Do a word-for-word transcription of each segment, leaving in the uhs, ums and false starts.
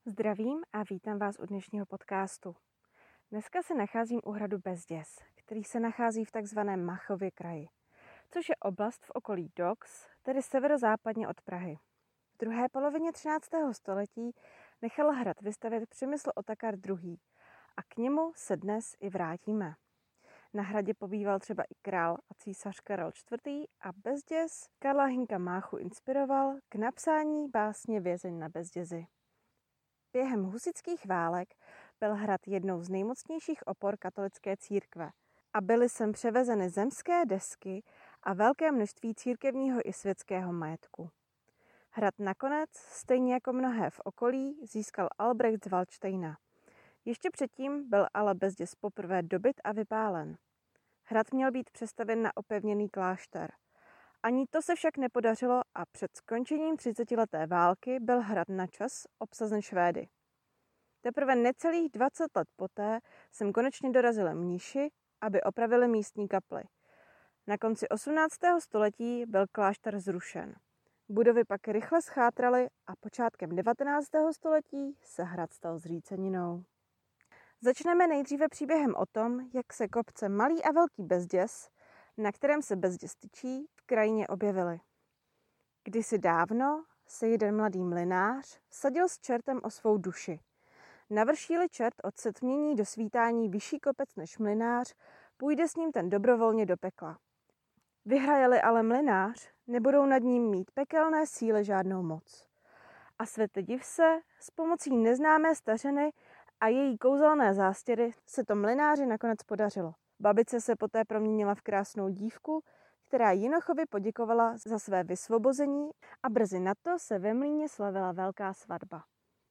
Zdravím a vítám vás u dnešního podcastu. Dneska se nacházím u hradu Bezděz, který se nachází v takzvaném Machově kraji, což je oblast v okolí Dox, tedy severozápadně od Prahy. V druhé polovině třináctého století nechal hrad vystavět Přemysl Otakar druhý. a k němu se dnes i vrátíme. Na hradě pobýval třeba i král a císař Karel čtvrtý. a Bezděz Karla Hynka Máchu inspiroval k napsání básně Vězeň na Bezdězi. Během husitských válek byl hrad jednou z nejmocnějších opor katolické církve a byly sem převezeny zemské desky a velké množství církevního i světského majetku. Hrad nakonec, stejně jako mnohé v okolí, získal Albrecht z Valdštejna. Ještě předtím byl ale Bezděz poprvé dobyt a vypálen. Hrad měl být přestavěn na opevněný klášter. Ani to se však nepodařilo a před skončením třicetileté války byl hrad načas obsazen Švédy. Teprve necelých dvacet let poté sem konečně dorazili mniši, aby opravili místní kapli. Na konci osmnáctého století byl klášter zrušen. Budovy pak rychle schátraly a počátkem devatenáctého století se hrad stal zříceninou. Začneme nejdříve příběhem o tom, jak se kopce Malý a Velký Bezděz, na kterém se Bezděz tyčí, v krajině objevily. Kdysi dávno se jeden mladý mlynář vsadil s čertem o svou duši. Navrší-li čert od setmění do svítání vyšší kopec než mlynář, půjde s ním ten dobrovolně do pekla. Vyhraje-li ale mlynář, nebudou nad ním mít pekelné síly žádnou moc. A světe div se, s pomocí neznámé stařeny a její kouzelné zástěry se to mlynáři nakonec podařilo. Babice se poté proměnila v krásnou dívku, která Jinochovi poděkovala za své vysvobození a brzy na to se ve mlýně slavila velká svatba.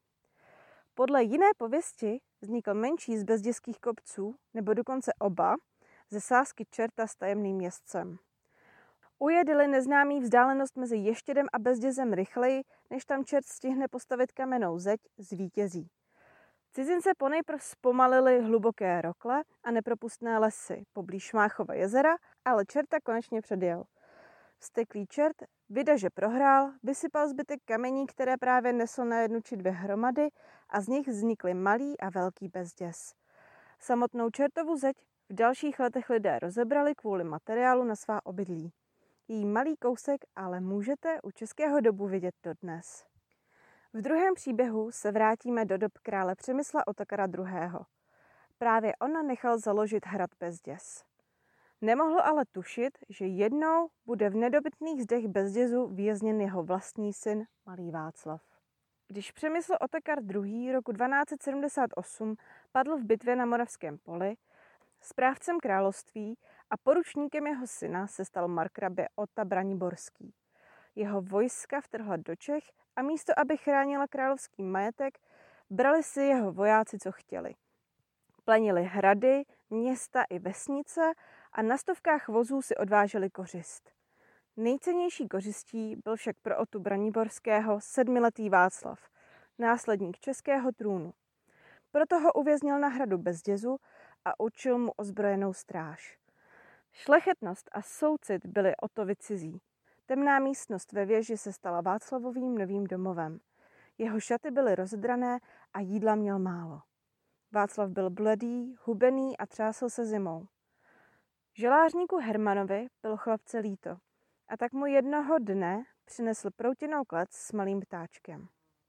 Podle jiné pověsti vznikl menší z bezdězských kopců, nebo dokonce oba, ze sázky čerta s tajemným městcem. Ujede-li neznámý vzdálenost mezi Ještědem a Bezdězem rychleji, než tam čert stihne postavit kamennou zeď, zvítězí. Cizince ponejprv zpomalili hluboké rokle a nepropustné lesy poblíž Máchova jezera, ale čerta konečně předjel. Vzteklý čert, vida, že prohrál, vysypal zbytek kamení, které právě nesl na jednu či dvě hromady, a z nich vznikly Malý a Velký Bezděz. Samotnou čertovu zeď v dalších letech lidé rozebrali kvůli materiálu na svá obydlí. Její malý kousek ale můžete u českého dobu vidět dodnes. V druhém příběhu se vrátíme do dob krále Přemysla Otakara druhého. Právě on nechal založit hrad Bezděz. Nemohl ale tušit, že jednou bude v nedobytných zdech Bezdězu vězněn jeho vlastní syn Malý Václav. Když Přemysl Otakar druhý. roku dvanáct set sedmdesát osm padl v bitvě na Moravském poli, správcem království a poručníkem jeho syna se stal markrabě Ota Braniborský. Jeho vojska vtrhla do Čech a místo, aby chránila královský majetek, brali si jeho vojáci, co chtěli. Plenili hrady, města i vesnice a na stovkách vozů si odváželi kořist. Nejcennější kořistí byl však pro Otu Braniborského sedmiletý Václav, následník českého trůnu. Proto ho uvěznil na hradu Bezdězu a učil mu ozbrojenou stráž. Šlechetnost a soucit byly Otovi cizí. Temná místnost ve věži se stala Václavovým novým domovem. Jeho šaty byly rozdrané a jídla měl málo. Václav byl bledý, hubený a třásl se zimou. Želářníku Hermanovi bylo chlapce líto a tak mu jednoho dne přinesl proutěnou klec s malým ptáčkem.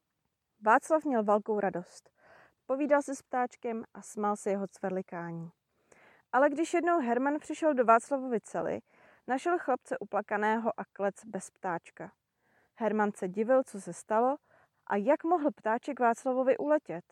Václav měl velkou radost. Povídal se s ptáčkem a smál se jeho cvrlikání. Ale když jednou Herman přišel do Václavovy cely, našel chlapce uplakaného a klec bez ptáčka. Herman se divil, co se stalo a jak mohl ptáček Václavovi uletět.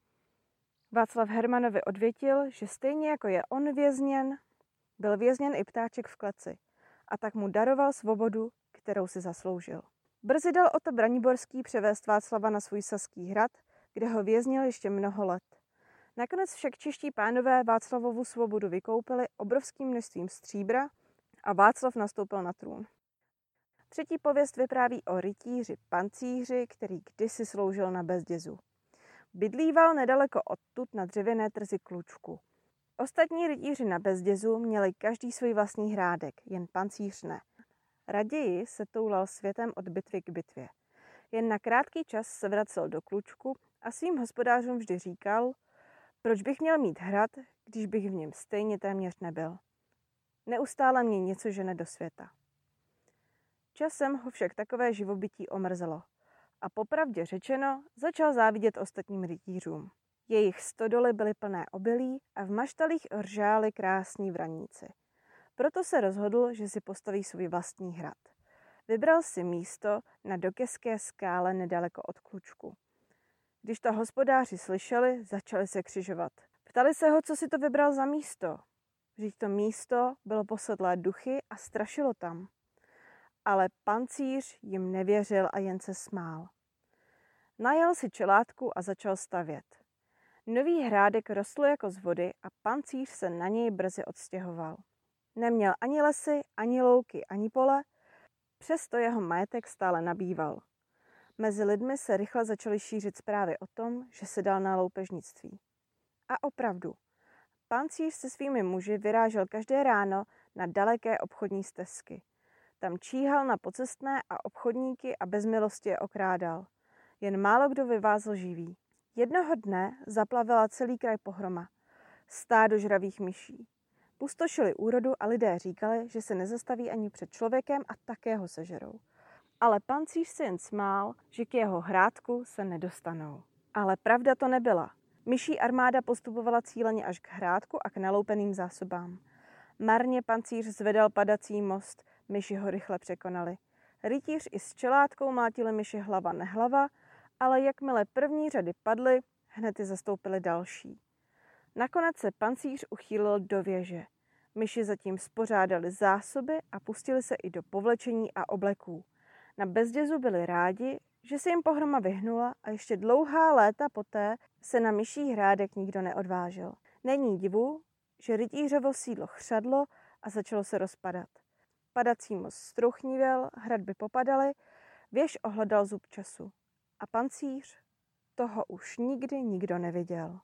Václav Hermanovi odvětil, že stejně jako je on vězněn, byl vězněn i ptáček v kleci a tak mu daroval svobodu, kterou si zasloužil. Brzy dal Ota Braniborský převést Václava na svůj saský hrad, kde ho věznil ještě mnoho let. Nakonec však čeští pánové Václavovu svobodu vykoupili obrovským množstvím stříbra a Václav nastoupil na trůn. Třetí pověst vypráví o rytíři Pancíři, který kdysi sloužil na Bezdězu. Bydlíval nedaleko odtud na dřevěné trzi Klučku. Ostatní rytíři na Bezdězu měli každý svůj vlastní hrádek, jen Pancíř ne. Raději se toulal světem od bitvy k bitvě. Jen na krátký čas se vracel do Klučku a svým hospodářům vždy říkal, proč bych měl mít hrad, když bych v něm stejně téměř nebyl. Neustále mě něco žene do světa. Časem ho však takové živobytí omrzelo a popravdě řečeno začal závidět ostatním rytířům. Jejich stodoly byly plné obilí a v maštalích ržáli krásní vraníci. Proto se rozhodl, že si postaví svůj vlastní hrad. Vybral si místo na Dokeské skále nedaleko od Klučku. Když to hospodáři slyšeli, začali se křižovat. Ptali se ho, co si to vybral za místo. Vždyť to místo bylo posedlé duchy a strašilo tam. Ale pancíř jim nevěřil a jen se smál. Najal si čelátku a začal stavět. Nový hrádek rostl jako z vody a pancíř se na něj brzy odstěhoval. Neměl ani lesy, ani louky, ani pole, přesto jeho majetek stále nabýval. Mezi lidmi se rychle začaly šířit zprávy o tom, že se dal na loupežnictví. A opravdu, pancíř se svými muži vyrážel každé ráno na daleké obchodní stezky. Tam číhal na pocestné a obchodníky a bez milosti je okrádal. Jen málo kdo vyvázl živý. Jednoho dne zaplavila celý kraj pohroma. Stádo žravých myší. Pustošili úrodu a lidé říkali, že se nezastaví ani před člověkem a také ho sežerou. Ale pancíř se jen smál, že k jeho hrádku se nedostanou. Ale pravda to nebyla. Myší armáda postupovala cíleně až k hrádku a k naloupeným zásobám. Marně pancíř zvedal padací most, myši ho rychle překonali. Rytíř i s čelátkou mlátili myši hlava nehlava, ale jakmile první řady padly, hned je zastoupili další. Nakonec se pancíř uchýlil do věže. Myši zatím spořádali zásoby a pustili se i do povlečení a obleků. Na Bezdězu byli rádi, že se jim pohroma vyhnula a ještě dlouhá léta poté se na myší hrádek nikdo neodvážil. Není divu, že rytířovo sídlo chřadlo a začalo se rozpadat. Padací most strouchnivěl, hradby popadaly, věž ohledal zub času. A pancíř? Toho už nikdy nikdo neviděl.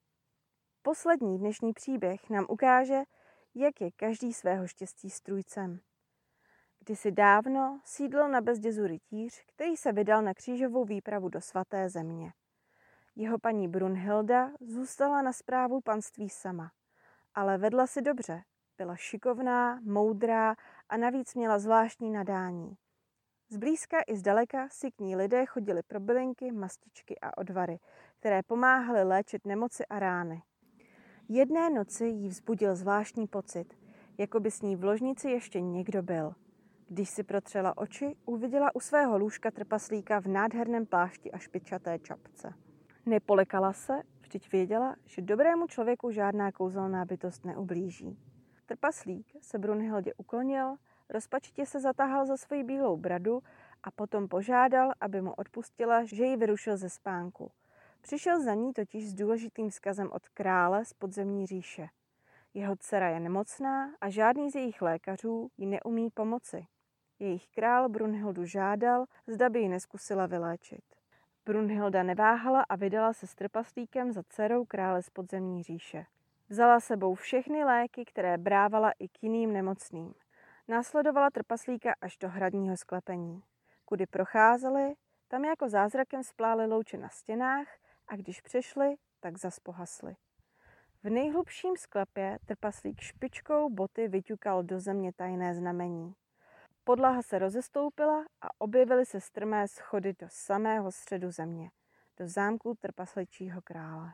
Poslední dnešní příběh nám ukáže, jak je každý svého štěstí strůjcem. Kdysi dávno sídlil na Bezdězu rytíř, který se vydal na křížovou výpravu do svaté země. Jeho paní Brunhilda zůstala na správu panství sama, ale vedla si dobře. Byla šikovná, moudrá a navíc měla zvláštní nadání. Zblízka i zdaleka si k ní lidé chodili pro bylinky, mastičky a odvary, které pomáhaly léčit nemoci a rány. Jedné noci jí vzbudil zvláštní pocit, jako by s ní v ložnici ještě někdo byl. Když si protřela oči, uviděla u svého lůžka trpaslíka v nádherném plášti a špičaté čapce. Nepolekala se, vždyť věděla, že dobrému člověku žádná kouzelná bytost neublíží. Trpaslík se Brunhildě uklonil, rozpačitě se zatáhl za svoji bílou bradu a potom požádal, aby mu odpustila, že ji vyrušil ze spánku. Přišel za ní totiž s důležitým vzkazem od krále z podzemní říše. Jeho dcera je nemocná a žádný z jejich lékařů jí neumí pomoci. Jejich král Brunhildu žádal, zda by ji neskusila vyléčit. Brunhilda neváhala a vydala se s trpaslíkem za dcerou krále z podzemní říše. Vzala sebou všechny léky, které brávala i k jiným nemocným. Následovala trpaslíka až do hradního sklepení. Kudy procházeli, tam jako zázrakem splály louče na stěnách a když přešli, tak zas pohasly. V nejhlubším sklepě trpaslík špičkou boty vyťukal do země tajné znamení. Podlaha se rozestoupila a objevily se strmé schody do samého středu země, do zámku trpasličího krále.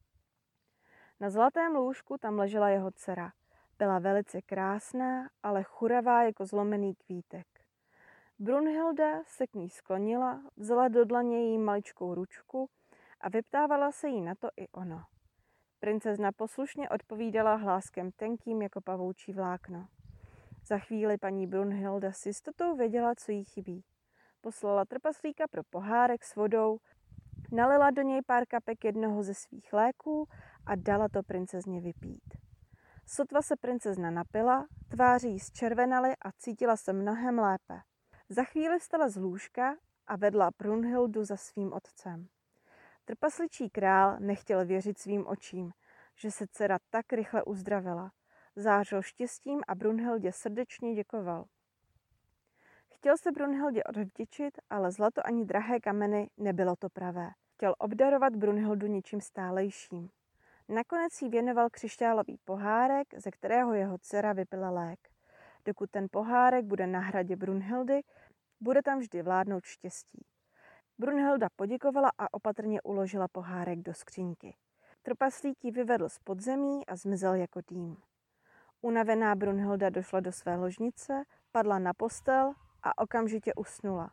Na zlatém lůžku tam ležela jeho dcera. Byla velice krásná, ale churavá jako zlomený kvítek. Brunhilda se k ní sklonila, vzala do dlaně její maličkou ručku a vyptávala se jí na to i ono. Princezna poslušně odpovídala hláskem tenkým jako pavoučí vlákno. Za chvíli paní Brunhilda s jistotou věděla, co jí chybí. Poslala trpaslíka pro pohárek s vodou, nalila do něj pár kapek jednoho ze svých léků a dala to princezně vypít. Sotva se princezna napila, tváře jí zčervenaly a cítila se mnohem lépe. Za chvíli vstala z lůžka a vedla Brunhildu za svým otcem. Trpasličí král nechtěl věřit svým očím, že se dcera tak rychle uzdravila. Zářil štěstím a Brunhildě srdečně děkoval. Chtěl se Brunhildě odvděčit, ale zlato ani drahé kameny nebylo to pravé. Chtěl obdarovat Brunhildu něčím stálejším. Nakonec jí věnoval křišťálový pohárek, ze kterého jeho dcera vypila lék. Dokud ten pohárek bude na hradě Brunhildy, bude tam vždy vládnout štěstí. Brunhilda poděkovala a opatrně uložila pohárek do skříňky. Trpaslík ji vyvedl z podzemí a zmizel jako dým. Unavená Brunhilda došla do své ložnice, padla na postel a okamžitě usnula.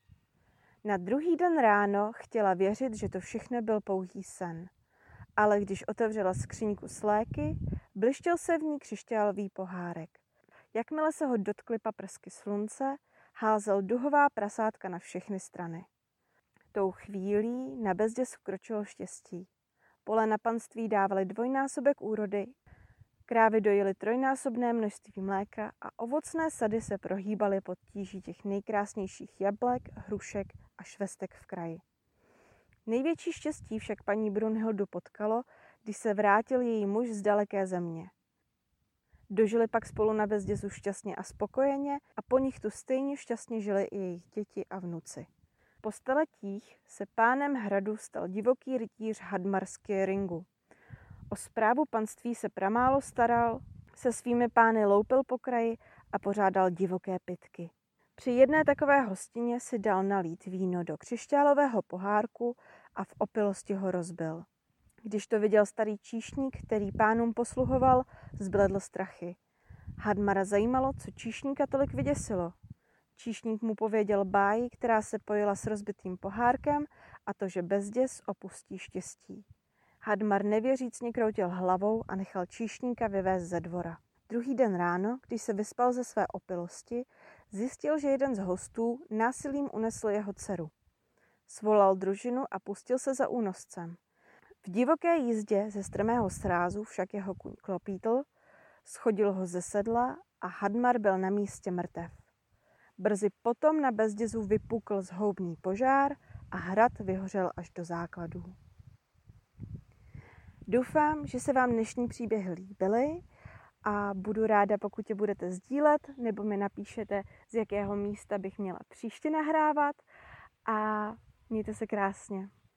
Na druhý den ráno chtěla věřit, že to všechno byl pouhý sen. Ale když otevřela skříňku s léky, blištěl se v ní křišťálový pohárek. Jakmile se ho dotkly paprsky slunce, házel duhová prasátka na všechny strany. Tou chvílí na Bezděz vkročilo štěstí. Pole na panství dávaly dvojnásobek úrody, krávy dojily trojnásobné množství mléka a ovocné sady se prohýbaly pod tíží těch nejkrásnějších jablek, hrušek a švestek v kraji. Největší štěstí však paní Brunhildu potkalo, když se vrátil její muž z daleké země. Dožili pak spolu na Bezdězu šťastně a spokojeně a po nich tu stejně šťastně žili i jejich děti a vnuci. Po staletích se pánem hradu stal divoký rytíř Hadmar z Kieringu. O správu panství se pramálo staral, se svými pány loupil po kraji a pořádal divoké pitky. Při jedné takové hostině si dal nalít víno do křišťálového pohárku a v opilosti ho rozbil. Když to viděl starý číšník, který pánům posluhoval, zbledl strachy. Hadmara zajímalo, co číšníka tolik vyděsilo. Číšník mu pověděl báji, která se pojila s rozbitým pohárkem a to, že Bezděz opustí štěstí. Hadmar nevěřícně kroutil hlavou a nechal číšníka vyvést ze dvora. Druhý den ráno, když se vyspal ze své opilosti, zjistil, že jeden z hostů násilím unesl jeho dceru. Svolal družinu a pustil se za únoscem. V divoké jízdě ze strmého srázu však jeho kůň klopítl, schodil ho ze sedla a Hadmar byl na místě mrtev. Brzy potom na Bezdězu vypukl zhoubný požár a hrad vyhořel až do základů. Doufám, že se vám dnešní příběhy líbily a budu ráda, pokud je budete sdílet nebo mi napíšete, z jakého místa bych měla příště nahrávat a mějte se krásně.